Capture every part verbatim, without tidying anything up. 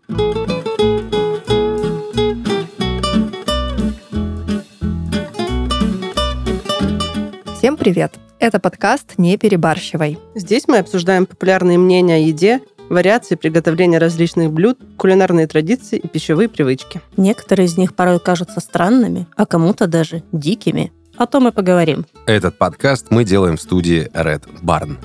Всем привет! Это подкаст «Не перебарщивай». Здесь мы обсуждаем популярные мнения о еде, вариации приготовления различных блюд, кулинарные традиции и пищевые привычки. Некоторые из них порой кажутся странными, а кому-то даже дикими. О том и поговорим. Этот подкаст мы делаем в студии Red Barn.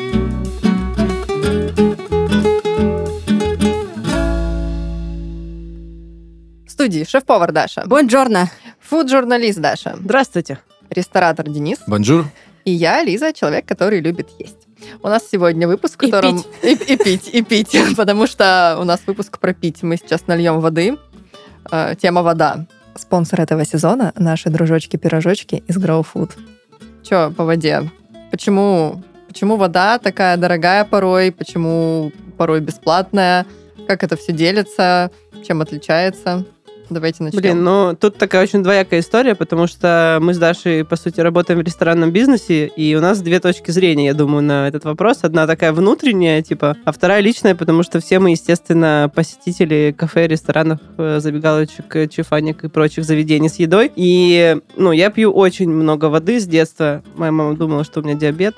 В студии шеф-повар Даша. Бонджорно. Фуд-журналист Даша. Здравствуйте. Ресторатор Денис. Бонжур. И я, Лиза, человек, который любит есть. У нас сегодня выпуск, в котором... И пить. И, и пить, и пить. Потому что у нас выпуск про пить. Мы сейчас нальем воды. Э, тема вода. Спонсор этого сезона — наши дружочки-пирожочки из Grow Food. Че по воде? Почему, почему вода такая дорогая порой? Почему порой бесплатная? Как это все делится? Чем отличается? Давайте начнем. Блин, ну тут такая очень двоякая история, потому что мы с Дашей, по сути, работаем в ресторанном бизнесе, и у нас две точки зрения, я думаю, на этот вопрос. Одна такая внутренняя, типа, а вторая личная, потому что все мы, естественно, посетители кафе, ресторанов, забегаловочек, чифанек и прочих заведений с едой. И, ну, я пью очень много воды с детства. Моя мама думала, что у меня диабет.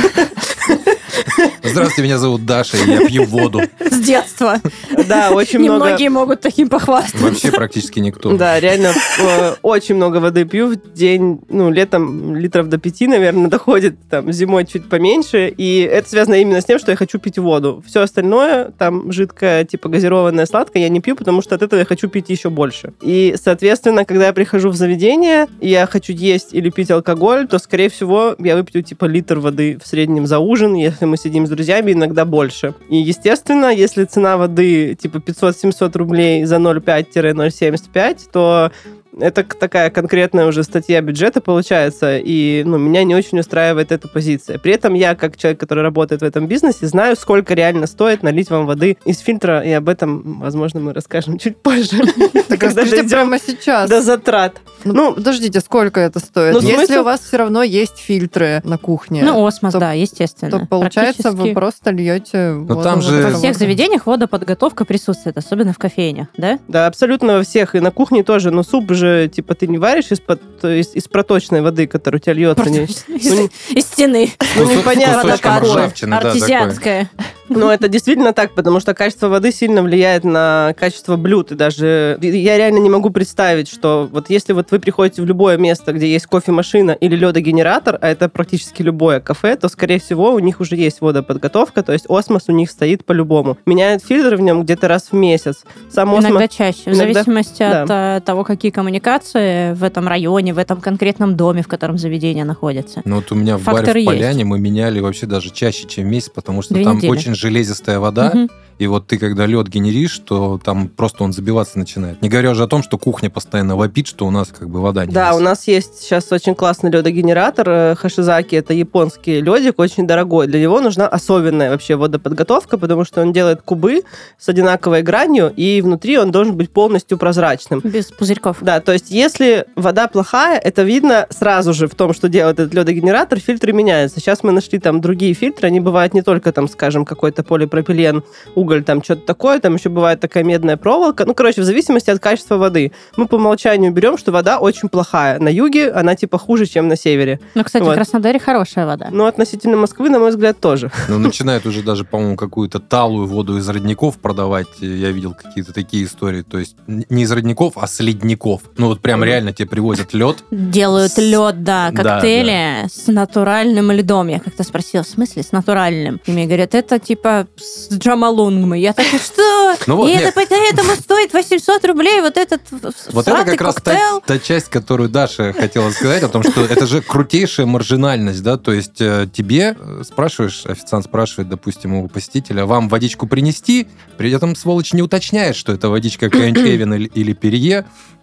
Здравствуйте, меня зовут Даша, и я пью воду. С детства. Да, очень много. Немногие могут таким похвастаться. Вообще практически никто. Да, реально, очень много воды пью в день. Ну, летом литров до пяти, наверное, доходит. Там, зимой чуть поменьше. И это связано именно с тем, что я хочу пить воду. Все остальное, там, жидкое, типа газированное, сладкое, я не пью, потому что от этого я хочу пить еще больше. И, соответственно, когда я прихожу в заведение, и я хочу есть или пить алкоголь, то, скорее всего, я выпью, типа, литр воды в среднем за ужин, если мы сидим с друзьями, иногда больше. И, естественно, если цена воды типа пятьсот-семьсот рублей за ноль целых пять - ноль целых семьдесят пять, то это такая конкретная уже статья бюджета получается, и ну, меня не очень устраивает эта позиция. При этом я, как человек, который работает в этом бизнесе, знаю, сколько реально стоит налить вам воды из фильтра, и об этом, возможно, мы расскажем чуть позже. Так расскажите прямо сейчас. До затрат. Ну, подождите, сколько это стоит? Ну, Если смысл... у вас все равно есть фильтры на кухне, ну, осмос, то, да, естественно. то получается, вы просто льете воду. там же... Во всех заведениях водоподготовка присутствует, особенно в кофейнях, да? Да, абсолютно во всех. И на кухне тоже. Но суп же, типа, ты не варишь из-под, из, из проточной воды, которая у тебя льется. Не... Из, из стены. Ну, непонятно, какой. Артезианская. Но это действительно так, потому что качество воды сильно влияет на качество блюд. И даже я реально не могу представить, что вот если вот вы приходите в любое место, где есть кофемашина или ледогенератор, а это практически любое кафе, то, скорее всего, у них уже есть водоподготовка, то есть осмос у них стоит по-любому. Меняют фильтры в нем где-то раз в месяц. Сам осмос... Иногда чаще, в Иногда... зависимости да. от того, какие коммуникации в этом районе, в этом конкретном доме, в котором заведение находится. Ну вот у меня в баре в Поляне мы меняли вообще даже чаще, чем месяц, потому что Две там недели. очень железистая вода, угу. И вот ты, когда лед генеришь, то там просто он забиваться начинает. Не говоря уже о том, что кухня постоянно вопит, что у нас как бы вода не Да, есть. У нас есть сейчас очень классный ледогенератор. Хашизаки — это японский ледик, очень дорогой. Для него нужна особенная вообще водоподготовка, потому что он делает кубы с одинаковой гранью, и внутри он должен быть полностью прозрачным. Без пузырьков. Да, то есть если вода плохая, это видно сразу же в том, что делает этот ледогенератор, фильтры меняются. Сейчас мы нашли там другие фильтры, они бывают не только там, скажем, какой-то полипропилен, уголь, там что-то такое, там еще бывает такая медная проволока. Ну, короче, в зависимости от качества воды. Мы по умолчанию берем, что вода очень плохая. На юге она типа хуже, чем на севере. Ну, кстати, вот. В Краснодаре хорошая вода. Ну, относительно Москвы, на мой взгляд, тоже. Ну, начинают уже даже, по-моему, какую-то талую воду из родников продавать. Я видел какие-то такие истории. То есть не из родников, а с ледников. Ну, вот прям реально тебе привозят лед. Делают с... лед, да, коктейли да, да. с натуральным льдом. Я как-то спросила, в смысле с натуральным? И мне говорят, это типа с джамалунгмой. Я такая, что? Ну, вот, и нет. это поэтому стоит восемьсот рублей вот этот вот это как коктейль. раз та, та часть, которую Даша хотела сказать, о том, что это же крутейшая маржинальность, да, то есть тебе спрашиваешь, официант спрашивает, допустим, у посетителя, вам водичку принести, при этом сволочь не уточняет, что это водичка какая-нибудь Эвен или, или Перье, да, и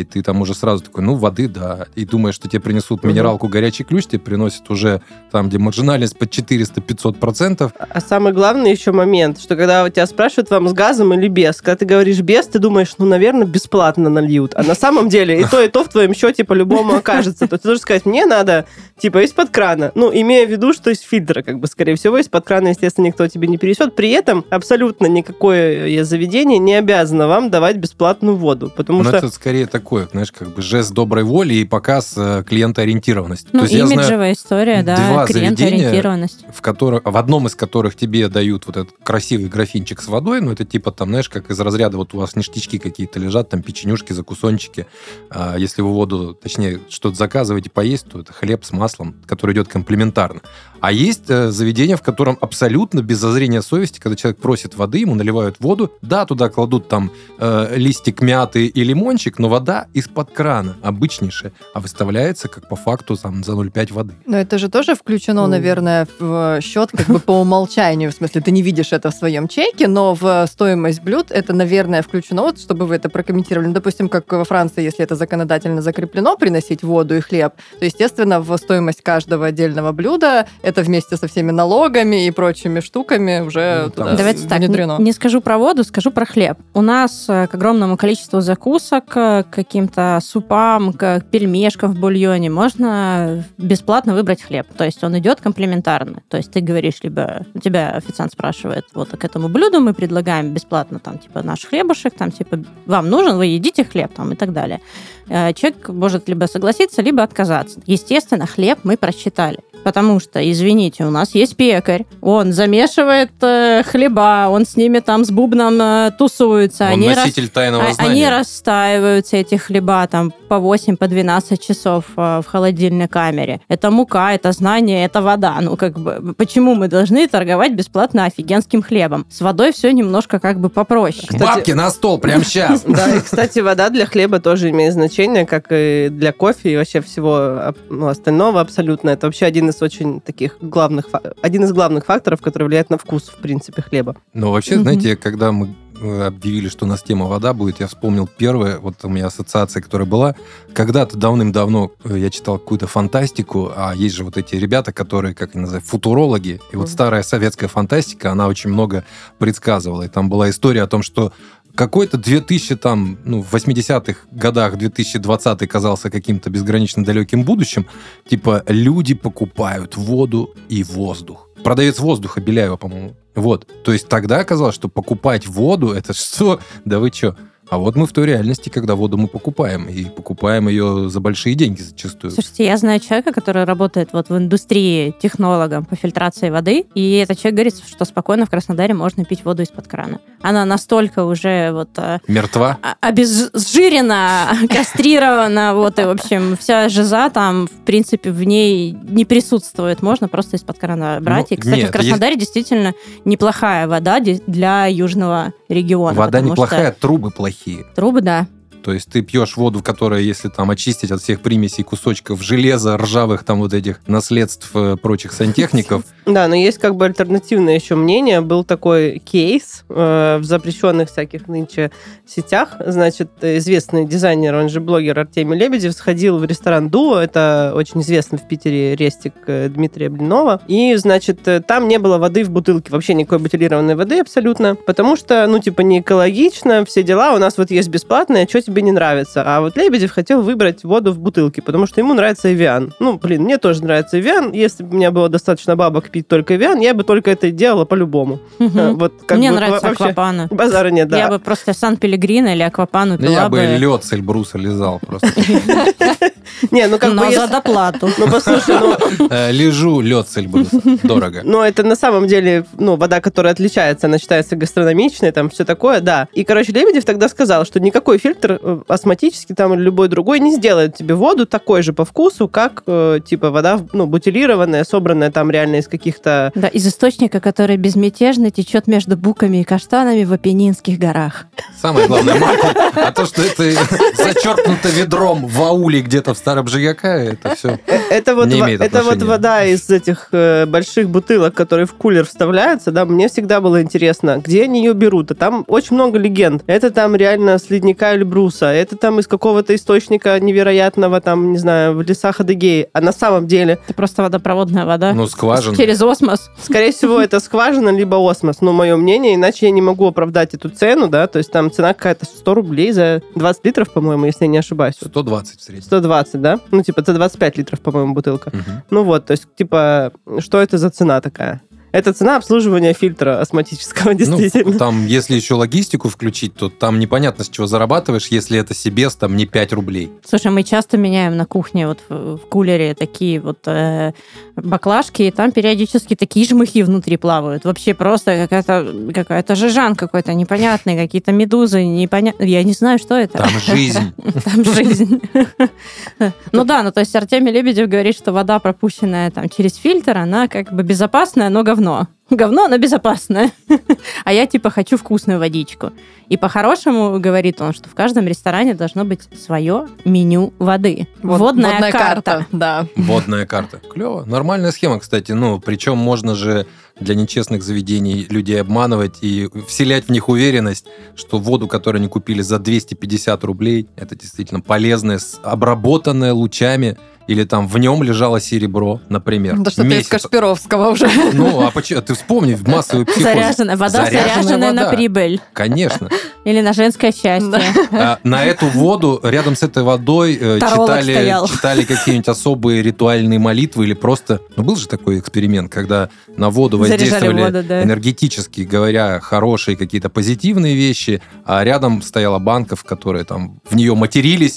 и ты там уже сразу такой, ну, воды, да. И думаешь, что тебе принесут минералку горячий ключ, тебе приносят уже там, где маржинальность под четыреста-пятьсот процентов. А самый главный еще момент, что когда тебя спрашивают, вам с газом или без, когда ты говоришь без, ты думаешь, ну, наверное, бесплатно нальют. А на самом деле и то, и то в твоем счете по-любому окажется. То есть ты должен сказать, мне надо, типа, из-под крана. Ну, имея в виду, что из фильтра, как бы, скорее всего, из-под крана, естественно, никто тебе не пересет. При этом абсолютно никакое заведение не обязано вам давать бесплатную воду. Потому Но что... это скорее такое, знаешь, как бы жест доброй воли и показ э, клиентоориентированности. Ну, То есть имиджевая я знаю история, да, два клиентоориентированность. В, которых, в одном из которых тебе дают вот этот красивый графинчик с водой, ну, это типа там, знаешь, как из разряда, вот у вас ништячки какие-то лежат, там печенюшки, закусончики. А если вы воду, точнее, что-то заказываете поесть, то это хлеб с маслом, который идет комплементарно. А есть э, заведение, в котором абсолютно без зазрения совести, когда человек просит воды, ему наливают воду, да, туда кладут там э, листик мяты и лимончик, но вода из-под крана, обычнейшая, а выставляется как по факту там, за ноль целых пять воды. Но это же тоже включено, наверное, в счет как бы по умолчанию, в смысле, ты не видишь это в своем чеке, но в стоимость блюд это, наверное, включено, вот, чтобы вы это прокомментировали. Ну, допустим, как во Франции, если это законодательно закреплено, приносить воду и хлеб, то, естественно, в стоимость каждого отдельного блюда это вместе со всеми налогами и прочими штуками уже Ну, туда там- Давайте так, внедрено. не, не скажу про воду, скажу про хлеб. У нас э, к огромному количеству закусок, э, к каким-то супам, к пельмешкам в бульоне можно бесплатно выбрать хлеб. То есть он идет комплементарно. То есть ты говоришь, либо у тебя официант спрашивает, вот к этому блюду мы предлагаем бесплатно там типа наш хлебушек, там типа вам нужен, вы едите хлеб там и так далее. Э, Человек может либо согласиться, либо отказаться. Естественно, хлеб мы просчитали. Потому что, извините, у нас есть пекарь, он замешивает э, хлеба, он с ними там с бубном э, тусуется. Он они носитель рас- тайного а- знания. Они расстаиваются, эти хлеба, там по восемь, по двенадцать часов э, в холодильной камере. Это мука, это знание, это вода. Ну, как бы, почему мы должны торговать бесплатно офигенским хлебом? С водой все немножко как бы попроще. Кстати- Бабки на стол прямо сейчас. Да, и, кстати, вода для хлеба тоже имеет значение, как и для кофе и вообще всего ну, остального абсолютно. Это вообще один из очень таких главных, фа- один из главных факторов, который влияет на вкус, в принципе, хлеба. Но вообще, Мгм. знаете, когда мы э, объявили, что у нас тема вода будет, я вспомнил первое, вот у меня ассоциация, которая была. Когда-то давным-давно э, я читал какую-то фантастику, а есть же вот эти ребята, которые, как они называют, футурологи. И вот Мгм. старая советская фантастика, она очень много предсказывала. И там была история о том, что какой-то две тысячи, там, ну, в восьмидесятых годах две тысячи двадцатый казался каким-то безгранично далеким будущим. Типа, люди покупают воду и воздух. Продавец воздуха, Беляева, по-моему. Вот. То есть тогда оказалось, что покупать воду, это что? Да вы что? А вот мы в той реальности, когда воду мы покупаем. И покупаем ее за большие деньги зачастую. Слушайте, я знаю человека, который работает вот в индустрии технологом по фильтрации воды, и этот человек говорит, что спокойно в Краснодаре можно пить воду из-под крана. Она настолько уже вот э, Мертва? а- обезжирена, кастрирована, вот, и, в общем, вся жиза там, в принципе, в ней не присутствует. Можно просто из-под крана брать. Ну, И, кстати, нет, в Краснодаре действительно неплохая вода де- для южного региона. Вода потому неплохая, что трубы плохие. Трубы, да. То есть ты пьешь воду, которая, если там очистить от всех примесей кусочков железа, ржавых там вот этих наследств э, прочих сантехников, Да, но есть как бы альтернативное еще мнение. Был такой кейс э, в запрещенных всяких нынче сетях. Значит, известный дизайнер, он же блогер Артемий Лебедев, сходил в ресторан «Дуо». Это очень известный в Питере рестик э, Дмитрия Блинова. И, значит, э, там не было воды в бутылке. Вообще никакой бутилированной воды абсолютно. Потому что, ну, типа, не экологично, все дела. У нас вот есть бесплатное, что тебе не нравится? А вот Лебедев хотел выбрать воду в бутылке, потому что ему нравится Эвиан. Ну, блин, мне тоже нравится Эвиан. Если бы у меня было достаточно бабок пить только Эвиан, я бы только это и делала по-любому. Мгм. Э, Вот, как Мне бы, нравится вообще аквапана. Базара нет, да. Я бы просто Сан-Пелегрино или аквапану да пила я бы бы, лед с Эльбруса лизал просто. Не, ну как бы но если- за доплату. Ну, послушай, ну, Э, Лежу лед с Эльбруса. Дорого. но это на самом деле, ну, вода, которая отличается, она считается гастрономичной, там все такое, да. И, короче, Лебедев тогда сказал, что никакой фильтр э, астматический там или любой другой не сделает тебе воду такой же по вкусу, как, э, типа, вода, ну, бутилированная, собранная там реально из каких-то... Да, из источника, который безмятежно течет между буками и каштанами в Апеннинских горах. Самое главное, Марк, а то, что это зачеркнуто ведром в ауле где-то в Старом ЖГК, это все... Э, Это вот, Не во- имеет это вот отношения. вода из этих э, больших бутылок, которые в кулер вставляются, да, мне всегда было интересно, где они ее берут. А там очень много легенд. Это там реально с ледника Эльбруса Эльбруса, это там из какого-то источника невероятного, там, не знаю, в лесах Адыгеи. А на самом деле... Это просто водопроводная вода. Ну, скважина. Через осмос. Скорее всего, это скважина, либо осмос, но мое мнение, иначе я не могу оправдать эту цену, да, то есть там цена какая-то сто рублей за двадцать литров, по-моему, если я не ошибаюсь. сто двадцать в среднем. сто двадцать, да? Ну, типа, за двадцать пять литров, по-моему, бутылка. Мгм. Ну вот, то есть, типа, что это за цена такая? Это цена обслуживания фильтра астматического, действительно. Ну, там, если еще логистику включить, то там непонятно, с чего зарабатываешь, если это Себес, там не пять рублей. Слушай, мы часто меняем на кухне вот в, в кулере такие вот э, баклажки, и там периодически такие жмыхи внутри плавают. Вообще просто какая-то какая-то жижан какой-то непонятный, какие-то медузы непонятные. Я не знаю, что это. Там жизнь. Там жизнь. Ну да, ну то есть Артемий Лебедев говорит, что вода, пропущенная там через фильтр, она как бы безопасная, но говно. Говно, но безопасное. А я типа хочу вкусную водичку. И по-хорошему, говорит он, что в каждом ресторане должно быть свое меню воды. Вот, водная, карта. Да. Водная карта. Клево. Нормальная схема, кстати. Ну, причем можно же для нечестных заведений людей обманывать и вселять в них уверенность, что воду, которую они купили за двести пятьдесят рублей, это действительно полезная, обработанная лучами, или там в нем лежало серебро, например. Да что-то из месяц. Кашпировского уже. Ну, а почему? Ты вспомни массовый психоз. Заряженная. Вода, Заряженная заряженная на вода. прибыль. Конечно. Или на женское счастье. Да. А, на эту воду, рядом с этой водой э, Таролог читали, стоял. читали какие-нибудь особые ритуальные молитвы или просто... Ну, был же такой эксперимент, когда на воду Заряжали воздействовали воду, да. энергетически, говоря хорошие какие-то позитивные вещи, а рядом стояла банка, в которой там в нее матерились,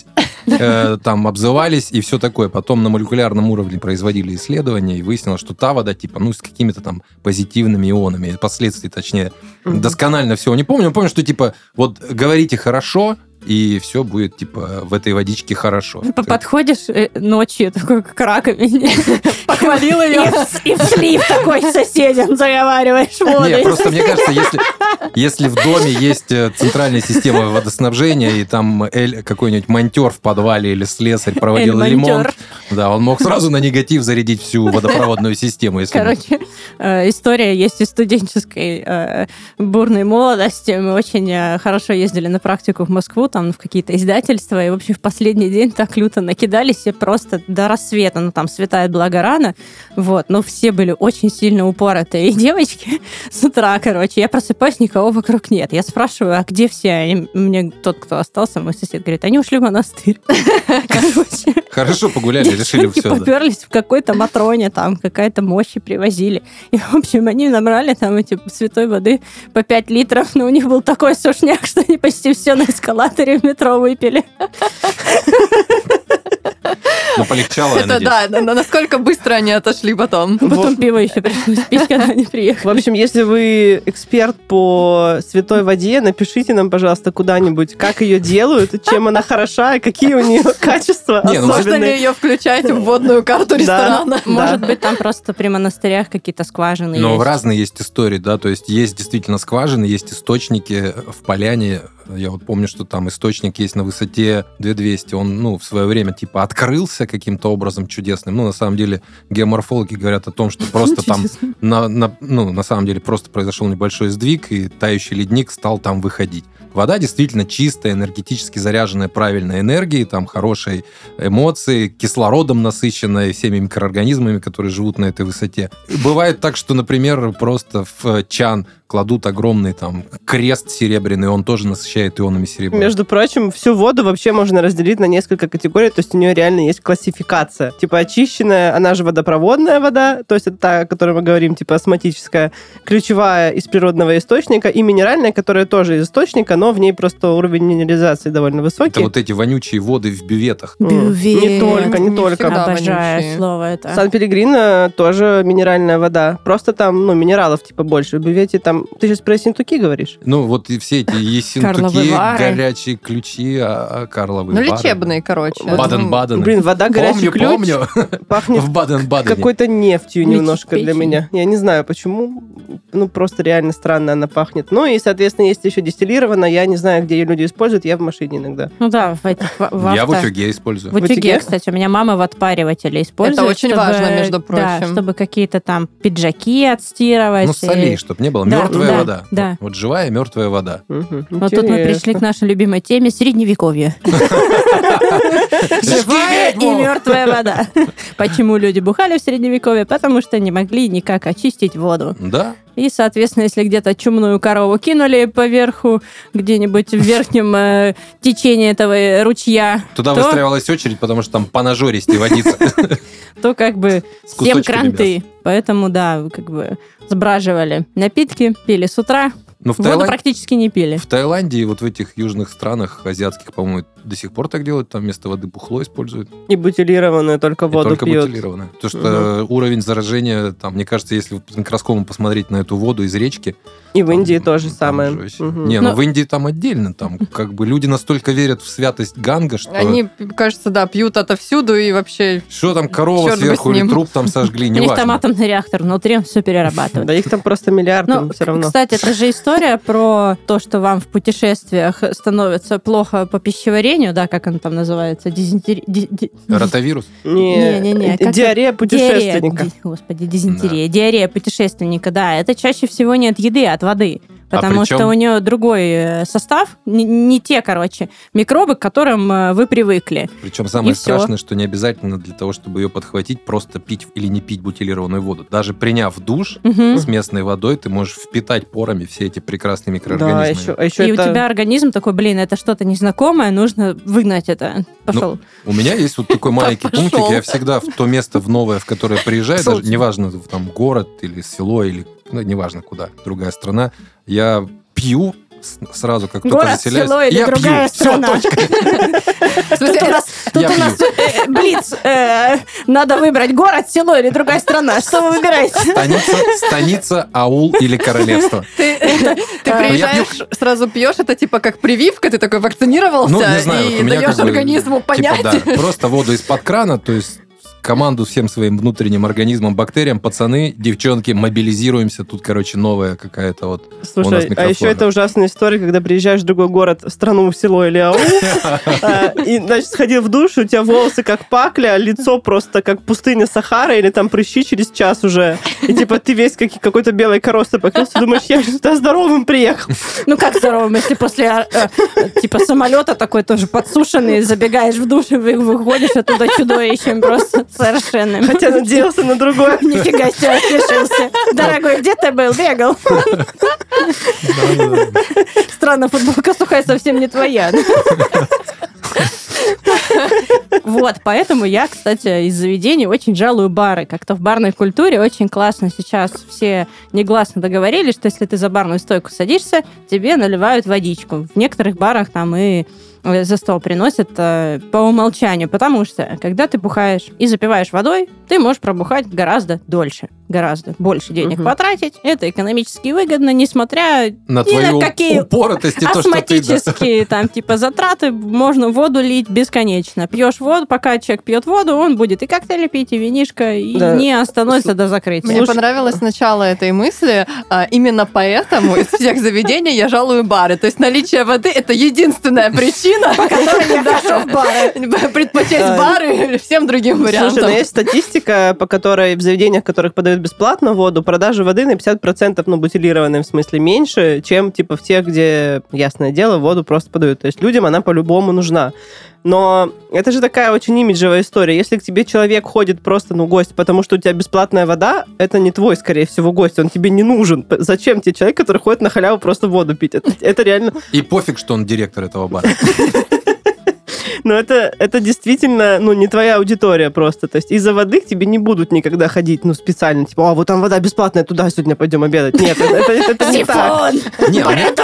э, там обзывались и все такое. Потом на молекулярном уровне производили исследования и выяснилось, что та вода типа, ну, с какими-то там позитивными ионами, последствий, точнее, Мгм. досконально всего не помню. Помню, что типа вот говорите хорошо, и все будет, типа, в этой водичке хорошо. П- Подходишь э, ночью такой к раковине, похвалил ее, и в слив такой с соседям заговариваешь воду. Не, просто мне кажется, если, если в доме есть э, центральная система водоснабжения, и там эль- какой-нибудь монтер в подвале или слесарь проводил Эль-монтер. ремонт, да, он мог сразу на негатив зарядить всю водопроводную систему. Если бы- Короче, э, история есть из студенческой э, бурной молодости. Мы очень э, хорошо ездили на практику в Москву, там в какие-то издательства, и, в общем, в последний день так люто накидались все просто до рассвета. Ну, там светает благо рано, вот, но все были очень сильно упоротые. И девочки с утра, короче, я просыпаюсь, никого вокруг нет. Я спрашиваю, а где все? И мне тот, кто остался, мой сосед, говорит, они ушли в монастырь. Короче, Хорошо погуляли, решили они все. Да. поперлись в какой-то Матроне, там какая-то мощи привозили. И, в общем, они набрали там эти святой воды по пять литров, но у них был такой сушняк, что они почти все на эскалаторе в метро выпили. Но полегчало, я Это надеюсь. да, на- на- насколько быстро они отошли потом. Потом пиво еще пришлось пить, когда они В приехали. общем, если вы эксперт по святой воде, напишите нам, пожалуйста, куда-нибудь, как ее делают, чем она хороша и какие у нее качества Не, ну, Можно ли особенные. ее включать в водную карту Да. ресторана? Может быть, там просто при монастырях какие-то скважины Но есть. разные есть истории, да, то есть есть действительно скважины, есть источники в поляне. Я вот помню, что там источник есть на высоте две тысячи двести. Он, ну, в свое время типа открылся каким-то образом чудесным. Ну, на самом деле, геоморфологи говорят о том, что просто там, на, на- ну, на самом деле, просто произошел небольшой сдвиг, и тающий ледник стал там выходить. Вода действительно чистая, энергетически заряженная правильной энергией, там хорошей эмоции, кислородом насыщенная, всеми микроорганизмами, которые живут на этой высоте. И бывает так, что, например, просто в чан кладут огромный там крест серебряный, он тоже насыщает ионами серебра. Между прочим, всю воду вообще можно разделить на несколько категорий, то есть у нее реально есть классификация. Типа очищенная, она же водопроводная вода, то есть это та, о которой мы говорим, типа осмотическая, ключевая из природного источника, и минеральная, которая тоже из источника, но в ней просто уровень минерализации довольно высокий. Это вот эти вонючие воды в бюветах. М, Бювет. Не только, не Не только. всегда. Обожаю вонючие. слово это. Сан-Пелегрино тоже минеральная вода. Просто там, ну, минералов типа больше. В бювете там... Ты сейчас про Ессентуки говоришь? Ну, вот и все эти Карловы ессентуки, Вары. горячие ключи, а, а Карловы Ну, Вары. лечебные, короче. Вот. Баден-Баден. Блин, вода горячий Помню, ключ помню. пахнет В Баден-Бадене. какой-то нефтью Лечить немножко для печень. меня. Я не знаю, почему. Ну, просто реально странно она пахнет. Ну, и, соответственно, есть еще дистиллированная. Я не знаю, где ее люди используют. Я в машине иногда. Ну да, в этих в, в Я в авто. утюге использую. В утюге, утюге? кстати, у меня мама в отпаривателе использует. Это очень чтобы- важно, между Да, прочим. чтобы какие-то там пиджаки отстирывать. Ну, солей, и- чтобы не было. Да, Мертвая да, вода. да. Вот, вот живая мертвая вода. Мгм. Вот тут мы пришли к нашей любимой теме средневековья. Живая и мертвая вода. Почему люди бухали в средневековье? Потому что не могли никак очистить воду. Да. И, соответственно, если где-то чумную корову кинули поверху, где-нибудь в верхнем э, течении этого ручья, Туда то, выстраивалась очередь, потому что там понажористей водится. то как бы С всем кусочками кранты. Поэтому, да, как бы сбраживали напитки, пили с утра, Но в воду Таиланде, практически не пили. в Таиланде и вот в этих южных странах азиатских, по-моему, до сих пор так делают. Там вместо воды бухло используют. И бутилированную только И воду только пьют. бутилированное. Потому что уровень заражения, там, мне кажется, если под микроскопом посмотреть на эту воду из речки... И в Индии там- то же там самое. жесть. Мгм. Не, ну Но- в Индии там отдельно. Там как бы люди настолько верят в святость Ганга, что... Они, кажется, да, пьют отовсюду и вообще... Что там, корова Чёрт бы сверху с или ним. труп там сожгли, У них там неважно. атомный реактор внутри, он все перерабатывает. Да их там просто миллиард, Ну, все равно. кстати, это же история про то, что вам в путешествиях становится плохо по пищеварению, да, как оно там называется, дизентери... ди- ди- Ротавирус? Не, Не-не-не, э, как диарея путешественника. Диарея, ди- господи, дизентерия. Диарея путешественника, да. Это чаще всего не от еды, а от воды. Потому причем- что у нее другой э, состав, не, не те, короче, микробы, к которым э, вы привыкли. Причем самое И всё. страшное, что не обязательно для того, чтобы ее подхватить, просто пить или не пить бутилированную воду. Даже приняв душ Мгм. с местной водой, ты можешь впитать порами все эти прекрасные Да, микроорганизмы. а еще, а еще И это... у тебя организм такой, блин, это что-то незнакомое, нужно выгнать это. Пошел. У меня есть вот такой маленький Пошёл. пунктик. Я всегда в то место в новое, в которое приезжаю, даже неважно, там город или село, или ну, неважно куда, другая страна, я пью с- сразу, как только Город, заселяюсь. село или я другая пью. Всё, страна. точка. В смысле, Тут у нас, тут Я у нас э, блиц. э, Надо выбрать город, село или другая страна. Что вы выбираете? Станица, станица, аул или королевство. Ты, ты А, приезжаешь, сразу пьешь, это типа как прививка, ты такой вакцинировался Ну, не знаю, вот и у меня даешь как бы, организму понять. Типа, да, просто воду из-под крана, то есть команду всем своим внутренним организмом, бактериям, пацаны, девчонки, мобилизируемся. Тут, короче, новая какая-то вот... у нас Слушай, а микрофлора. еще это ужасная история, когда приезжаешь в другой город, страну, село или аул, а, и, значит, сходил в душ, у тебя волосы как пакля, а лицо просто как пустыня Сахара или там прыщи через час уже. И типа ты весь как, какой-то белой коростой покрылся, думаешь, я же сюда здоровым приехал. Ну как здоровым, если после э, э, типа самолета такой тоже подсушенный, забегаешь в душ и вы- выходишь оттуда чудовищем просто совершенным. Хотя надеялся на другое. Нифига себе, ослышался. Дорогой, где ты был? Бегал. Странно, футболка сухая совсем не твоя. Вот, поэтому я, кстати, из заведений очень жалую бары. Как-то в барной культуре очень классно сейчас все негласно договорились, что если ты за барную стойку садишься, тебе наливают водичку. В некоторых барах там и э, за стол приносят э, по умолчанию, потому что когда ты бухаешь и запиваешь водой, ты можешь пробухать гораздо дольше, гораздо больше денег Мгм. потратить. Это экономически выгодно, несмотря На И твою на какие упоротость и то, что ты... да. астматические там типа затраты, можно воду лить бесконечно. Пьешь воду, пока человек пьет воду, он будет и коктейли пить, и винишко, и Да. не остановится до закрытия. Мне понравилось начало этой мысли. а, Именно поэтому из всех заведений я жалую бары. То есть наличие воды — это единственная причина, по которой я хожу в бары. Предпочесть Да. бары всем другим Слушай, вариантам. но есть статистика, по которой в заведениях, в которых подают бесплатно воду, продажи воды на пятьдесят процентов, ну, бутилированной в смысле, меньше, чем, типа, в тех, где, ясное дело, воду просто подают. То есть людям она по-любому нужна. Но это же такая очень имиджевая история. Если к тебе человек ходит просто, ну, гость, потому что у тебя бесплатная вода, это не твой, скорее всего, гость, он тебе не нужен. П- Зачем тебе человек, который ходит на халяву просто воду пить? Это, это реально... И пофиг, что он директор этого бара. Но это, это действительно, ну, не твоя аудитория просто. То есть из-за воды к тебе не будут никогда ходить, ну, специально, типа, а вот там вода бесплатная, туда сегодня пойдем обедать. Нет, это, это, это не так. Не, а мне-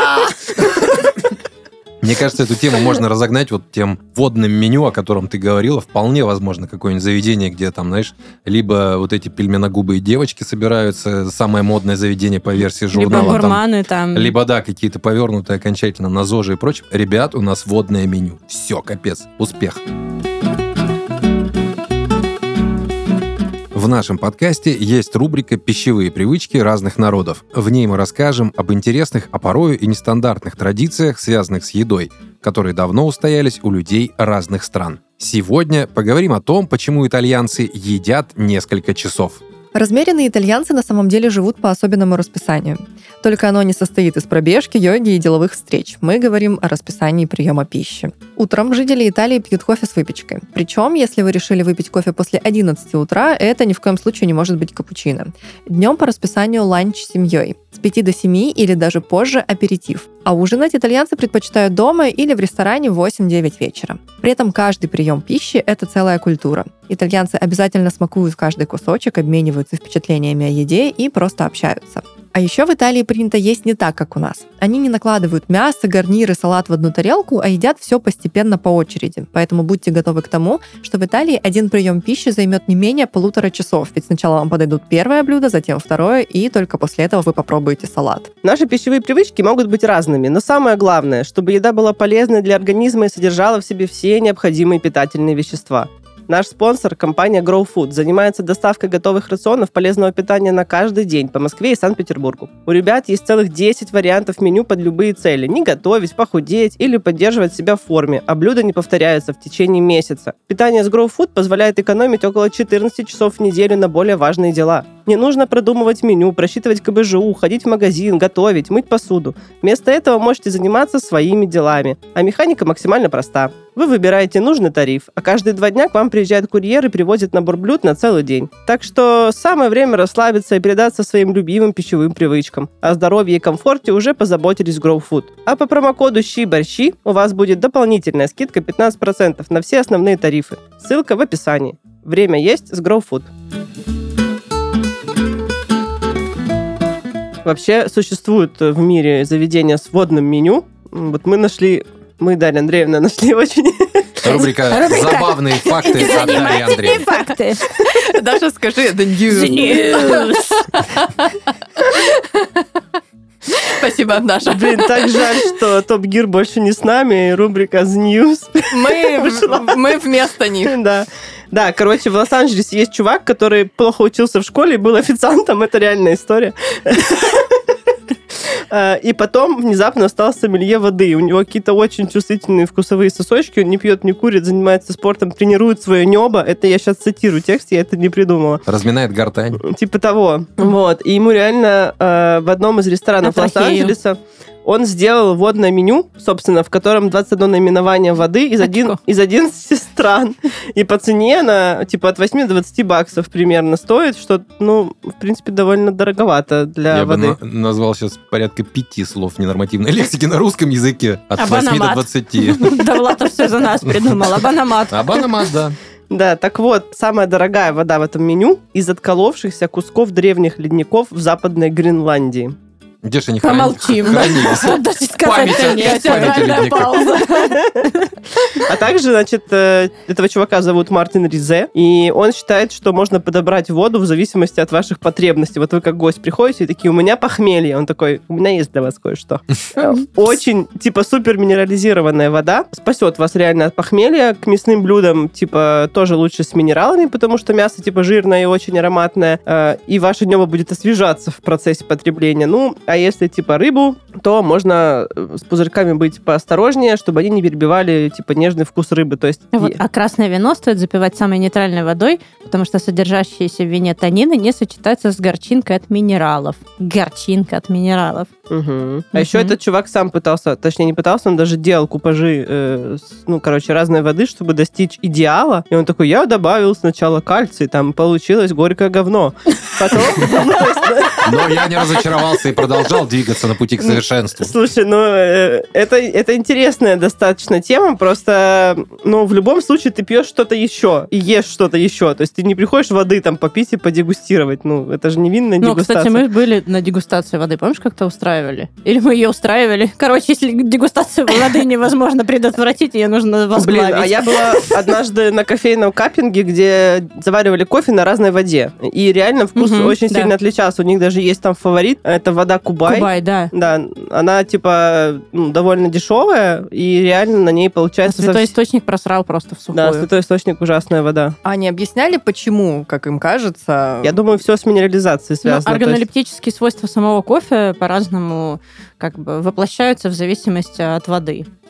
Мне кажется, эту тему можно разогнать вот тем водным меню, о котором ты говорила. Вполне возможно какое-нибудь заведение, где там, знаешь, либо вот эти пельменогубые девочки собираются, самое модное заведение по версии Либо журнала. там, гурманы там. либо, да, какие-то повернутые окончательно на ЗОЖи и прочее. Ребят, у нас водное меню. Все, капец, успех. В нашем подкасте есть рубрика «Пищевые привычки разных народов». В ней мы расскажем об интересных, а порою и нестандартных традициях, связанных с едой, которые давно устоялись у людей разных стран. Сегодня поговорим о том, почему итальянцы едят несколько часов. Размеренные итальянцы на самом деле живут по особенному расписанию. Только оно не состоит из пробежки, йоги и деловых встреч. Мы говорим о расписании приема пищи. Утром жители Италии пьют кофе с выпечкой. Причем, если вы решили выпить кофе после одиннадцати утра, это ни в коем случае не может быть капучино. Днем по расписанию ланч с семьей. С пяти до семи или даже позже аперитив. А ужинать итальянцы предпочитают дома или в ресторане в восемь-девять вечера. При этом каждый прием пищи – это целая культура. Итальянцы обязательно смакуют каждый кусочек, обмениваются впечатлениями о еде и просто общаются. А еще в Италии принято есть не так, как у нас. Они не накладывают мясо, гарниры, салат в одну тарелку, а едят все постепенно по очереди. Поэтому будьте готовы к тому, что в Италии один прием пищи займет не менее полутора часов, ведь сначала вам подойдут первое блюдо, затем второе, и только после этого вы попробуете салат. Наши пищевые привычки могут быть разными, но самое главное, чтобы еда была полезной для организма и содержала в себе все необходимые питательные вещества. Наш спонсор, компания Grow Food, занимается доставкой готовых рационов полезного питания на каждый день по Москве и Санкт-Петербургу. У ребят есть целых десять вариантов меню под любые цели. Не готовить, похудеть или поддерживать себя в форме, а блюда не повторяются в течение месяца. Питание с Grow Food позволяет экономить около четырнадцати часов в неделю на более важные дела. Не нужно продумывать меню, просчитывать ка бэ жэ у, ходить в магазин, готовить, мыть посуду. Вместо этого можете заниматься своими делами. А механика максимально проста. Вы выбираете нужный тариф, а каждые два дня к вам приезжает курьер и привозит набор блюд на целый день. Так что самое время расслабиться и передаться своим любимым пищевым привычкам. О здоровье и комфорте уже позаботились Grow Food. А по промокоду щи-борщи у вас будет дополнительная скидка пятнадцать процентов на все основные тарифы. Ссылка в описании. Время есть с Grow Food. Вообще существуют в мире заведения с водным меню. Вот мы нашли, мы, Дарья Андреевна, нашли очень... Рубрика «Забавные факты» от Дарьи Андреевны. факты. Даша, скажи «the news». The news. Спасибо, Даша. Блин, так жаль, что Топ Гир больше не с нами, и рубрика «The News». Мы, мы вместо них. Да. Да, короче, в Лос-Анджелесе есть чувак, который плохо учился в школе и был официантом. Это реальная история. И потом внезапно стал сомелье воды. У него какие-то очень чувствительные вкусовые сосочки. Он не пьет, не курит, занимается спортом, тренирует свое небо. Это я сейчас цитирую текст, я это не придумала. Разминает гортань. Типа того. Вот. И ему реально э, в одном из ресторанов Лос-Анджелеса он сделал водное меню, собственно, в котором двадцать одно наименование воды из, один, из одиннадцати стран. И по цене она типа от восьми до двадцати баксов примерно стоит, что, ну, в принципе, довольно дороговато для Я воды. Я бы на- назвал сейчас порядка пяти слов ненормативной лексики на русском языке. От восьми до двадцати. Довлатов все за нас придумал. Абанамат. Абанамат, да. Да, так вот, самая дорогая вода в этом меню из отколовшихся кусков древних ледников в Западной Гренландии. Где же они Помолчим. хранились? Даже сказать-то Память нет. о ледниках. А также, значит, этого чувака зовут Мартин Ризе, и он считает, что можно подобрать воду в зависимости от ваших потребностей. Вот вы как гость приходите и такие, у меня похмелье. Он такой, у меня есть для вас кое-что. Очень, типа, супер минерализированная вода. Спасет вас реально от похмелья. К мясным блюдам, типа, тоже лучше с минералами, потому что мясо, типа, жирное и очень ароматное. И ваше небо будет освежаться в процессе потребления. Ну, а если, типа, рыбу, то можно с пузырьками быть поосторожнее, чтобы они не перебивали, типа, нежный вкус рыбы. То есть... Вот, а красное вино стоит запивать самой нейтральной водой, потому что содержащиеся в вине танины не сочетаются с горчинкой от минералов. Горчинка от минералов. Угу. Угу. А еще этот чувак сам пытался, точнее, не пытался, он даже делал купажи, э, с, ну, короче, разной воды, чтобы достичь идеала. И он такой, я добавил сначала кальций, там получилось горькое говно. Потом... Но я не разочаровался и продолжал двигаться на пути к совершенству. Слушай, ну, э, это, это интересная достаточно тема, просто, ну, в любом случае ты пьешь что-то еще и ешь что-то еще. То есть ты не приходишь воды там попить и подегустировать. Ну, это же невинная ну, дегустация. Ну, кстати, мы были на дегустации воды. Помнишь, как-то устраивали? Или мы ее устраивали? Короче, если дегустацию воды невозможно предотвратить, ее нужно возглавить. Блин, а я была однажды на кофейном каппинге, где заваривали кофе на разной воде. И реально вкус Угу, очень да. сильно отличался. У них даже есть там фаворит. Это вода Кубай. Кубай, да. Да, она типа ну, довольно дешевая, и реально на ней получается... Святой совсем- источник просрал просто в сухую. Да, святой источник ужасная вода. А не объясняли, почему, как им кажется? Я думаю, все с минерализацией Ну, связано. То есть- органолептические свойства самого кофе по-разному как бы воплощаются в зависимости от воды.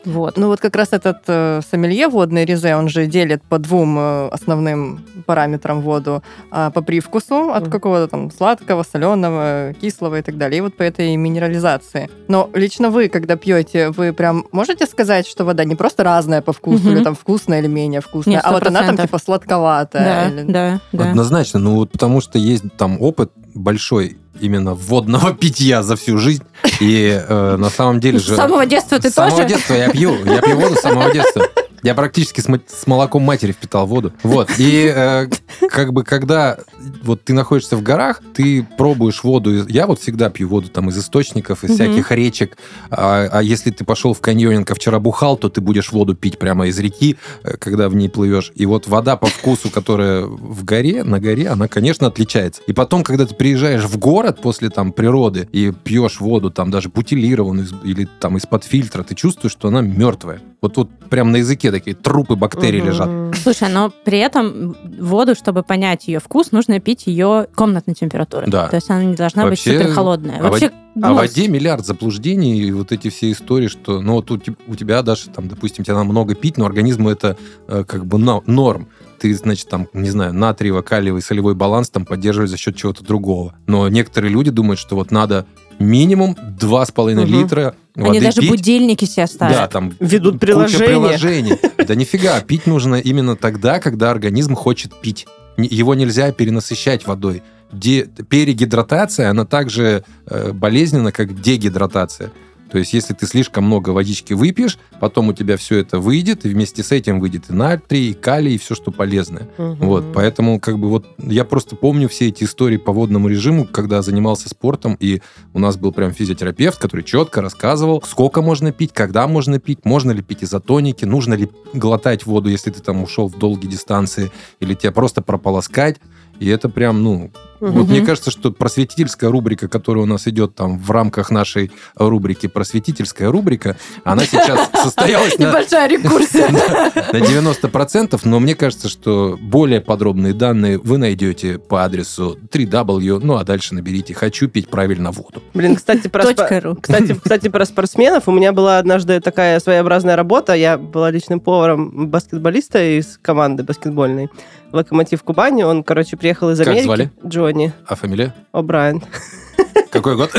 Вот. Ну вот как раз этот э, сомелье водной Ризе, он же делит по двум э, основным параметрам воду. А, по привкусу от Мгм. какого-то там сладкого, соленого, кислого и так далее. И вот по этой минерализации. Но лично вы, когда пьете, вы прям можете сказать, что вода не просто разная по вкусу, Мгм. или там вкусная или менее вкусная, Нет, а вот она там сто процентов. типа сладковатая. Да, или- да, да. Однозначно, ну вот потому что есть там опыт большой именно водного питья за всю жизнь. И э, на самом деле С же... самого детства ты С самого тоже? детства я пью. Я пью воду с самого детства. Я практически с, мо- с молоком матери впитал воду. Вот. И э, как бы когда вот ты находишься в горах, ты пробуешь воду. из- Я вот всегда пью воду там из источников, из Мгм. всяких речек. А, а если ты пошел в каньонинг, а вчера бухал, то ты будешь воду пить прямо из реки, э, когда в ней плывешь. И вот вода по вкусу, которая в горе, на горе, она, конечно, отличается. И потом, когда ты приезжаешь в город после там природы и пьешь воду там даже бутилированную из- или там из-под фильтра, ты чувствуешь, что она мертвая. Вот тут прям на языке такие трупы бактерий Мгм. лежат. Слушай, но при этом воду, чтобы понять ее вкус, нужно пить ее комнатной температуры. Да. То есть она не должна Вообще- быть супер холодная. а Вообще, А ну, в воде миллиард заблуждений, и вот эти все истории, что, ну, вот у, те- у тебя даже, там, допустим, тебе надо много пить, но организму это э, как бы но- норм. Ты, значит, там, не знаю, натриево-калиевый солевой баланс там поддерживать за счет чего-то другого. Но некоторые люди думают, что вот надо минимум два с половиной Мгм. литра воды они даже пить. будильники себе ставят. Да, там Ведут куча приложения. приложений. Да нифига, пить нужно именно тогда, когда организм хочет пить. Не- Его нельзя перенасыщать водой. Де- перегидратация, она также э, болезненна, как дегидратация. То есть, если ты слишком много водички выпьешь, потом у тебя все это выйдет, и вместе с этим выйдет и натрий, и калий, и все, что полезное. Мгм. Вот, поэтому как бы вот я просто помню все эти истории по водному режиму, когда занимался спортом, и у нас был прям физиотерапевт, который четко рассказывал, сколько можно пить, когда можно пить, можно ли пить изотоники, нужно ли глотать воду, если ты там ушел в долгие дистанции, или тебя просто прополоскать. И это прям, ну, Мгм. вот мне кажется, что просветительская рубрика, которая у нас идет там в рамках нашей рубрики «Просветительская рубрика», она сейчас состоялась на... Небольшая рекурсия. на девяносто процентов, но мне кажется, что более подробные данные вы найдете по адресу три дабл ю, ну а дальше наберите «Хочу пить правильно воду». Блин, кстати, про, спо- Точка ру. кстати, кстати, про спортсменов. У меня была однажды такая своеобразная работа. Я была личным поваром баскетболиста из команды баскетбольной «Локомотив Кубани». Он, короче, приехал из Как Америки. звали? Джонни А фамилия? О'Брайен. Какой год?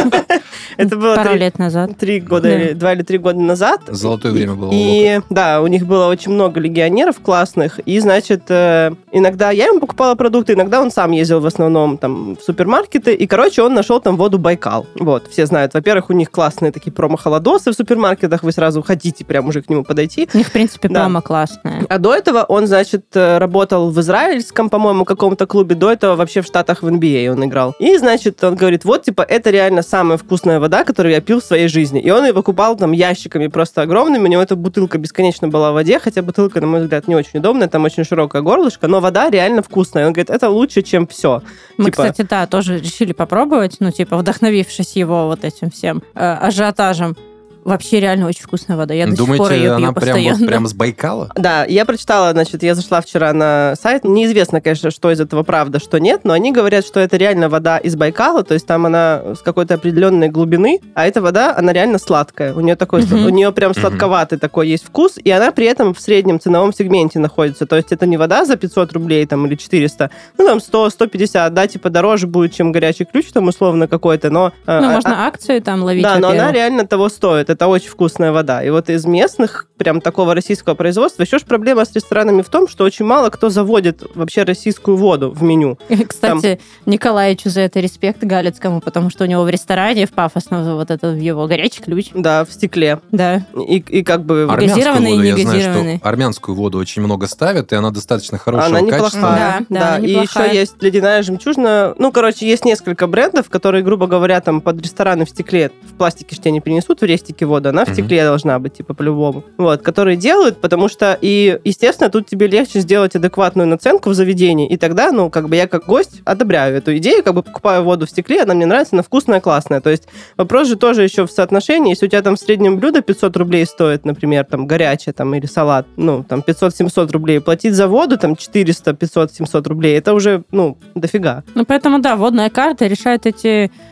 Это было Пару три, лет назад. три года, Да. или два или три года назад. Золотое время было у И да, у них было очень много легионеров классных. И, значит, э, иногда я ему покупала продукты, иногда он сам ездил в основном там в супермаркеты. И, короче, он нашел там воду Байкал. Вот, все знают. Во-первых, у них классные такие промо-холодосы в супермаркетах. Вы сразу хотите прям уже к нему подойти. У них, в принципе, Да. промо классная. А до этого он, значит, э, работал в израильском, по-моему, каком-то клубе. До этого вообще в Штатах в эн би эй он играл. И, значит, он говорит, вот, типа, это реально самая вкусная вода, которую я пил в своей жизни. И он ее покупал там ящиками просто огромными. У него эта бутылка бесконечно была в воде, хотя бутылка, на мой взгляд, не очень удобная, там очень широкое горлышко, но вода реально вкусная. Он говорит, это лучше, чем все. Мы, Типа- кстати, да, тоже решили попробовать, ну, типа, вдохновившись его вот этим всем э, ажиотажем. Вообще реально очень вкусная вода. Я до сих пор Думаете, ее она пью прям, постоянно. вот, прям с Байкала? Да, я прочитала, значит, я зашла вчера на сайт. Неизвестно, конечно, что из этого правда, что нет, но они говорят, что это реально вода из Байкала, то есть там она с какой-то определенной глубины, а эта вода, она реально сладкая. У нее такой, Мгм. у нее прям Мгм. сладковатый такой есть вкус, и она при этом в среднем ценовом сегменте находится. То есть это не вода за пятьсот рублей там или четыреста, ну там сто сто пятьдесят, да, типа дороже будет, чем горячий ключ там условно какой-то, но... э, Ну, а- можно акции там ловить, да, но она во-первых. реально того стоит. Это очень вкусная вода. И вот из местных, прям такого российского производства, еще ж проблема с ресторанами в том, что очень мало кто заводит вообще российскую воду в меню. Кстати, Николаевичу за это респект Галицкому, потому что у него в ресторане в пафосном вот это его горячий ключ. Да, в стекле. Да. И, и как бы... Ар- Армянскую Газированный и воду, я знаю, негазированный. что армянскую воду очень много ставят, и она достаточно хорошего Она качества. неплохая. Да, да, она И неплохая. еще есть ледяная жемчужина. Ну, короче, есть несколько брендов, которые, грубо говоря, там под рестораны в стекле, в пластике ж тебе не принесут в рестике воду, она в Мгм. стекле должна быть, типа, по-любому. Вот, которые делают, потому что, и, естественно, тут тебе легче сделать адекватную наценку в заведении, и тогда, ну, как бы я как гость одобряю эту идею, как бы покупаю воду в стекле, она мне нравится, она вкусная, классная. То есть вопрос же тоже еще в соотношении, если у тебя там в среднем блюдо пятьсот рублей стоит, например, там, горячее, там, или салат, ну, там, пятьсот-семьсот рублей, платить за воду, там, четыреста, пятьсот, семьсот рублей, это уже, ну, дофига. Ну, поэтому, да, водная карта решает эти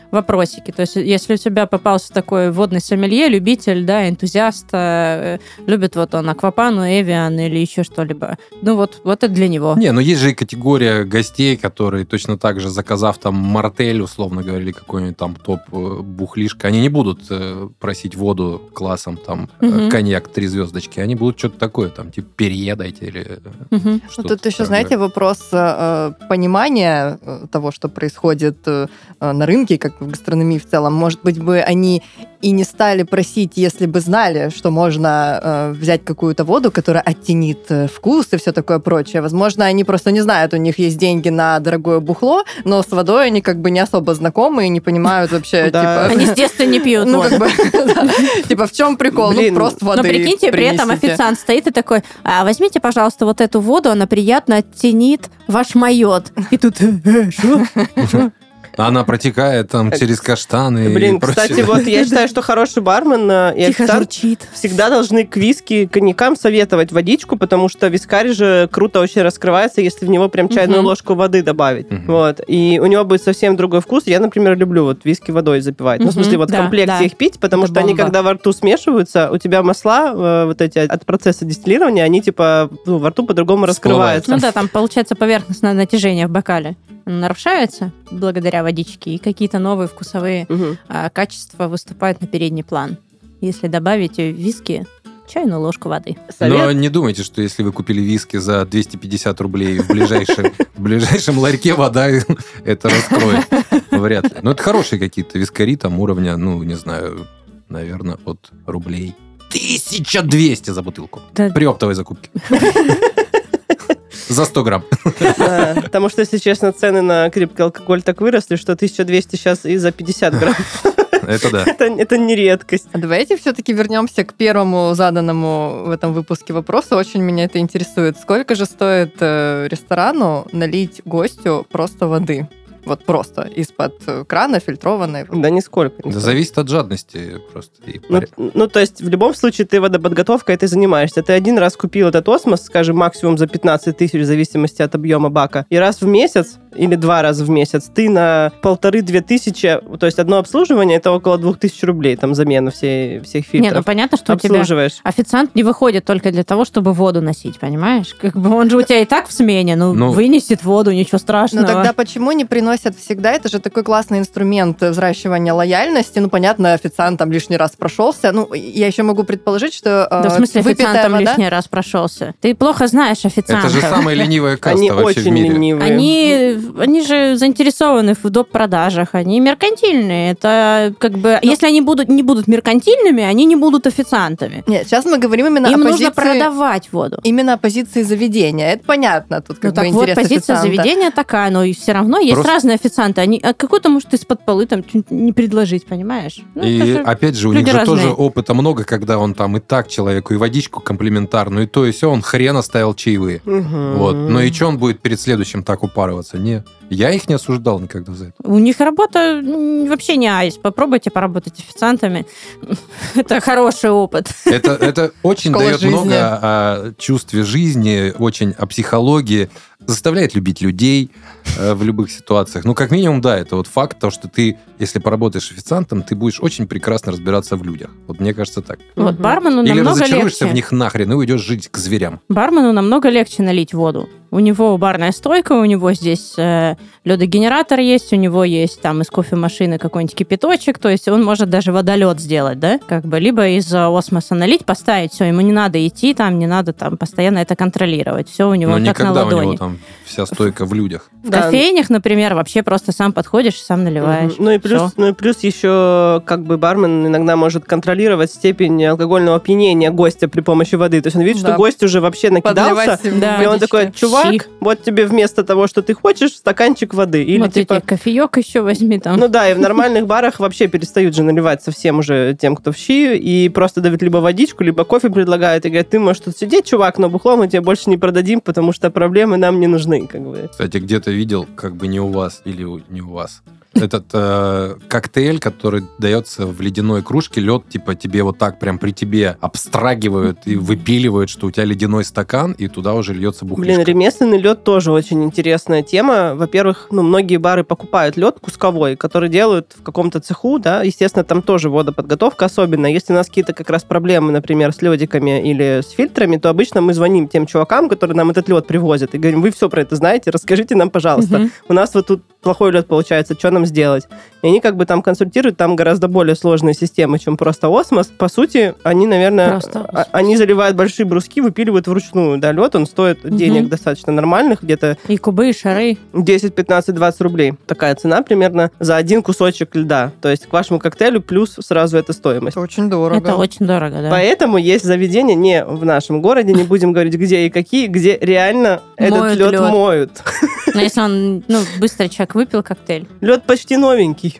вопросики. То есть, если у тебя попался такой водный сомелье, любитель, да, энтузиаст, э, любит вот он аквапану, эвиан или еще что-либо, ну вот, вот это для него. Не, но есть же и категория гостей, которые точно так же, заказав там мартель, условно говоря, или какой-нибудь там топ-бухлишка, они не будут э, просить воду классом там Мгм. коньяк три звездочки, они будут что-то такое, там, типа, перье дайте или Мгм. Ну, что-то тут еще, такое. знаете, вопрос э, понимания э, того, что происходит э, на рынке, как в гастрономии в целом. Может быть, бы они и не стали просить, если бы знали, что можно э, взять какую-то воду, которая оттенит э, вкус и все такое прочее. Возможно, они просто не знают, у них есть деньги на дорогое бухло, но с водой они как бы не особо знакомы и не понимают вообще, Да. типа... Они с детства не пьют Ну, воду. как бы, да. Типа, в чем прикол? Ну, Блин, просто воды Но прикиньте, при этом принесите. официант стоит и такой: а, возьмите, пожалуйста, вот эту воду, она приятно оттенит ваш майот. И тут, «Э, что? Что?» Она протекает там Так, через каштаны Блин, и прочее. кстати, вот я считаю, что хороший бармен э, и Тихо официант журчит. всегда должны к виски, коньякам советовать водичку, потому что вискарь же круто очень раскрывается, если в него прям чайную Мгм. ложку воды добавить. Мгм. Вот. И у него будет совсем другой вкус. Я, например, люблю вот виски водой запивать. Ну, в смысле, Мгм, вот в да, комплекте да. их пить, потому Это что они, бомба. когда во рту смешиваются, у тебя масла, э, вот эти от процесса дистиллирования, они типа ну, во рту по-другому Всплывают. раскрываются. Ну да, там получается поверхностное натяжение в бокале. Оно нарушается благодаря водичке, и какие-то новые вкусовые Мгм. а, качества выступают на передний план. Если добавить в виски чайную ложку воды. Совет. Но не думайте, что если вы купили виски за двести пятьдесят рублей в ближайшем, в ближайшем ларьке, вода это раскроет. Вряд ли. Но это хорошие какие-то вискари там уровня, ну, не знаю, наверное, от рублей тысяча двести за бутылку. Да. При оптовой закупке. За сто грамм. Да, потому что, если честно, цены на крепкий алкоголь так выросли, что тысяча двести сейчас и за пятьдесят грамм. Это да. Это, это не редкость. А давайте все-таки вернемся к первому заданному в этом выпуске вопросу. Очень меня это интересует. Сколько же стоит э, ресторану налить гостю просто воды? Вот просто из-под э, крана фильтрованной. Да нисколько. не Да стоит. зависит от жадности просто. и Ну, порядка. ну, то есть, в любом случае, ты водоподготовкой этой занимаешься. Ты один раз купил этот осмос, скажем, максимум за пятнадцать тысяч, в зависимости от объема бака. И раз в месяц, или два раза в месяц, ты на полторы-две тысячи, то есть одно обслуживание, это около двух тысяч рублей, там, замена всей, всех Не, ну фильтров. понятно, что у тебя Обслуживаешь. официант не выходит только для того, чтобы воду носить, понимаешь? Как бы он же у тебя и так в смене, ну, Ну, вынесет воду, ничего страшного. Но тогда почему не приносят всегда? Это же такой классный инструмент взращивания лояльности. Ну, понятно, официант там лишний раз прошелся. Ну, я еще могу предположить, что э, Да, в смысле, выпитая официант там вода... лишний раз прошелся. Ты плохо знаешь Это официантов. же самая ленивая каста Они вообще в очень мире. ленивые. Они, они же заинтересованы в доп. Продажах, они меркантильные. Это как бы, Ну. если они будут, не будут меркантильными, они не будут официантами. Нет, сейчас мы говорим именно Им о нужно позиции... продавать воду. Именно о позиции заведения. Это понятно. Тут Ну как так бы вот, интерес позиция официанта. заведения такая, но и все равно есть Просто- разные официанты. Они, а какой-то может из-под полы там что-нибудь не предложить, понимаешь? Ну, это И же- опять же, у люди них же разные. тоже опыта много, когда он там и так человеку и водичку комплиментарную, и то, и все, он хрен оставил чаевые. Мгм. Вот. Но и что он будет перед следующим так упарываться? Не. Я их не осуждал никогда за это. У них работа м, вообще не айс. Попробуйте поработать официантами. Это хороший опыт. Это, это очень Школа дает жизни. много о чувстве жизни, очень о психологии, заставляет любить людей э, в любых ситуациях. Ну, как минимум, да, это вот факт, то, что ты, если поработаешь официантом, ты будешь очень прекрасно разбираться в людях. Вот мне кажется так. Вот Мгм. бармену Или намного разочаруешься легче. в них нахрен и уйдешь жить к зверям. Бармену намного легче налить воду. У него барная стойка, у него здесь э, ледогенератор есть, у него есть там из кофемашины какой-нибудь кипяточек, то есть он может даже водолет сделать, да, как бы, либо из э, осмоса налить, поставить, все, ему не надо идти там, не надо там постоянно это контролировать, все у него Но как на никогда у ладони. него там вся стойка в людях. В Да. кофейнях, например, вообще просто сам подходишь, сам наливаешь. Мгм. Ну и плюс, Всё. ну и плюс еще как бы бармен иногда может контролировать степень алкогольного опьянения гостя при помощи воды. То есть он видит, Да. что гость уже вообще накидался, Подливать им Да. и он водички. такой: чувак, Щи. вот тебе вместо того, что ты хочешь, стаканчик воды. Или Вот типа... эти кофеек еще возьми там. Ну да, и в нормальных барах вообще перестают же наливать совсем уже тем, кто в щи, и просто дают либо водичку, либо кофе предлагают, и говорят: ты можешь тут сидеть, чувак, но бухло мы тебе больше не продадим, потому что проблемы нам не нужны, как бы. Кстати, где-то видел, как бы не у вас или у- не у вас. этот э, коктейль, который дается в ледяной кружке, лед, типа, тебе вот так прям при тебе абстрагивают и выпиливают, что у тебя ледяной стакан, и туда уже льется бухлишка. Блин, ремесленный лед тоже очень интересная тема. Во-первых, ну, многие бары покупают лед кусковой, который делают в каком-то цеху, да, естественно, там тоже водоподготовка, особенно если у нас какие-то как раз проблемы, например, с ледиками или с фильтрами, то обычно мы звоним тем чувакам, которые нам этот лед привозят, и говорим: вы все про это знаете, расскажите нам, пожалуйста. Мгм. У нас вот тут плохой лед получается, что нам сделать? И они как бы там консультируют, там гораздо более сложные системы, чем просто осмос. По сути, они, наверное, Просто осмос. а- они заливают большие бруски, выпиливают вручную, да, лед, он стоит Мгм. денег достаточно нормальных, где-то И кубы, и шары. десять, пятнадцать, двадцать рублей. Такая цена примерно за один кусочек льда. То есть к вашему коктейлю плюс сразу эта стоимость. Это очень дорого. Это очень дорого, да. Поэтому есть заведения не в нашем городе, не будем говорить, где и какие, где реально этот Моют лед лёд. моют. Но если он, ну, быстро человек выпил коктейль. Лед почти новенький.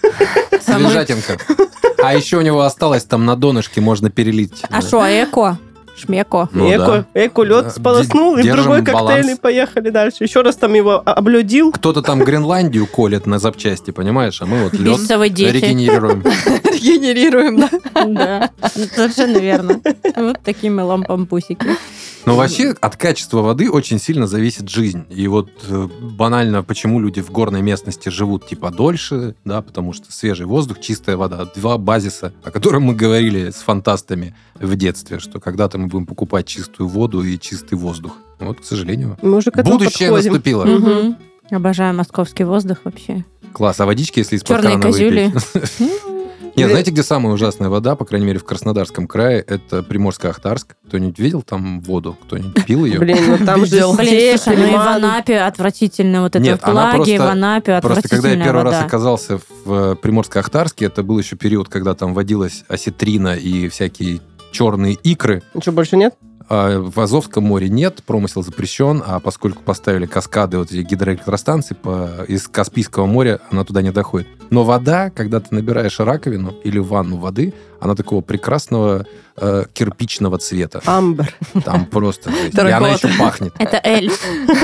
Свежатинка. А еще у него осталось там на донышке, можно перелить. А что, эко? Шмеко. Ну эко, да. эко-лед Да, сполоснул, и в держим другой коктейль, баланс. и поехали дальше. Еще раз там его о- облюдил. Кто-то там Гренландию колет на запчасти, понимаешь? А мы вот лед Бисовые дети. регенерируем. Регенерируем, да. Да, совершенно верно. Вот такие мы лампам пусики. Но вообще от качества воды очень сильно зависит жизнь. И вот э, банально, почему люди в горной местности живут типа дольше, да, потому что свежий воздух, чистая вода. Два базиса, о которых мы говорили с фантастами в детстве, что когда-то мы будем покупать чистую воду и чистый воздух. Вот, к сожалению. Мы уже к этому Будущее подходим. наступило. Мгм. Обожаю московский воздух вообще. Класс. А водички, если из-под Черные крана козюли. выпить? Нет, знаете, где самая ужасная вода, по крайней мере, в Краснодарском крае? Это Приморско-Ахтарск. Кто-нибудь видел там воду? Кто-нибудь пил ее? Блин, ну там же Видел. Блин, степь, слушай, ну и в лиман. Анапе отвратительно. Вот это Нет, вот она влаги, просто- в Анапе Просто когда я отвратительная первый раз вода. оказался в э, Приморско-Ахтарске, это был еще период, когда там водилась осетрина и всякие черные икры. Ничего больше нет? А в Азовском море нет, промысел запрещен, а поскольку поставили каскады, вот эти гидроэлектростанции по, из Каспийского моря, она туда не доходит. Но вода, когда ты набираешь раковину или ванну воды, она такого прекрасного э, кирпичного цвета. Амбр. Там просто... жесть. И она Терракота. еще пахнет. Это эльф.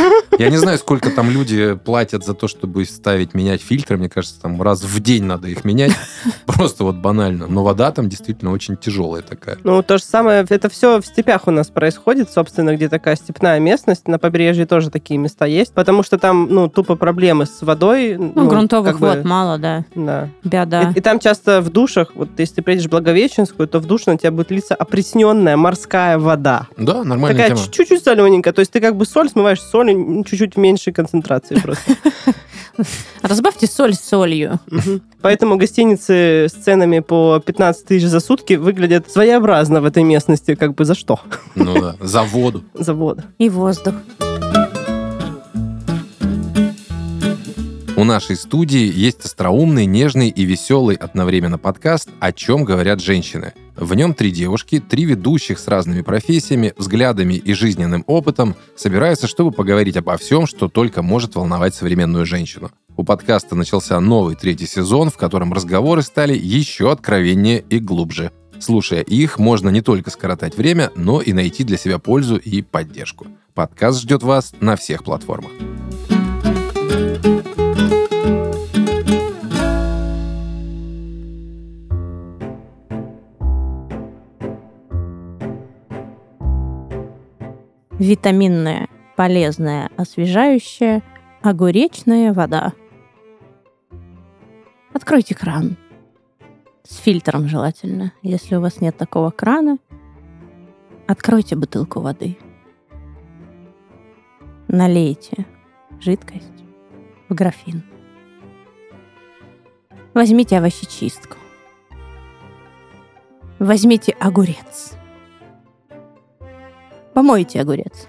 Я не знаю, сколько там люди платят за то, чтобы ставить, менять фильтры. Мне кажется, там раз в день надо их менять. Просто вот банально. Но вода там действительно очень тяжелая такая. Ну, то же самое, это все в степях у нас происходит, собственно, где такая степная местность, на побережье тоже такие места есть, потому что там, ну, тупо проблемы с водой. Ну, грунтовых как бы, вод мало, да. Да. Беда. И, и там часто в душах, вот если ты приедешь в Благовещенскую, то в душ на тебя будет литься опресненная морская вода. Да, нормальная Такая тема. чуть-чуть солененькая. То есть ты как бы соль смываешь соль м, чуть-чуть в меньшей концентрации просто. Разбавьте соль с солью. Мгм. Поэтому гостиницы с ценами по пятнадцать тысяч за сутки выглядят своеобразно в этой местности. Как бы за что? Ну да, за воду. За воду. И воздух. У нашей студии есть остроумный, нежный и веселый одновременно подкаст «О чем говорят женщины». В нем три девушки, три ведущих с разными профессиями, взглядами и жизненным опытом собираются, чтобы поговорить обо всем, что только может волновать современную женщину. У подкаста начался новый третий сезон, в котором разговоры стали еще откровеннее и глубже. Слушая их, можно не только скоротать время, но и найти для себя пользу и поддержку. Подкаст ждет вас на всех платформах. Витаминная, полезная, освежающая, огуречная вода. Откройте кран. С фильтром желательно. Если у вас нет такого крана, откройте бутылку воды. Налейте жидкость в графин. Возьмите овощечистку. Возьмите огурец. Помойте огурец.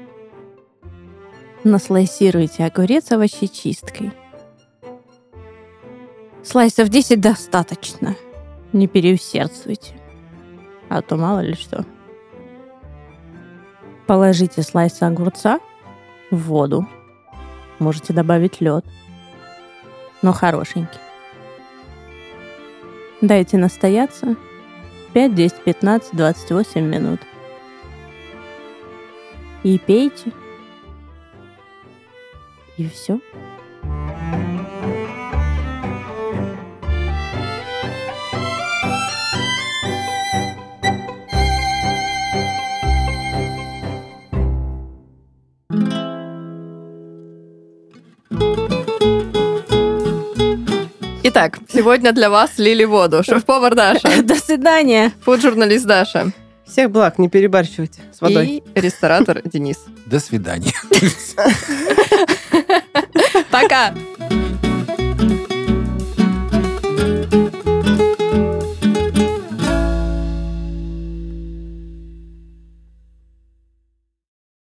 Наслайсируйте огурец овощечисткой. Слайсов десять достаточно. Не переусердствуйте. А то мало ли что. Положите слайсы огурца в воду. Можете добавить лед. Но хорошенький. Дайте настояться пять, десять, пятнадцать, двадцать восемь минут. И пейте. И все. Итак, сегодня для вас лили воду. Шеф-повар Даша. До свидания. Фуд-журналист Даша. Всех благ, не перебарщивайте с водой. И ресторатор Денис. До свидания. Пока!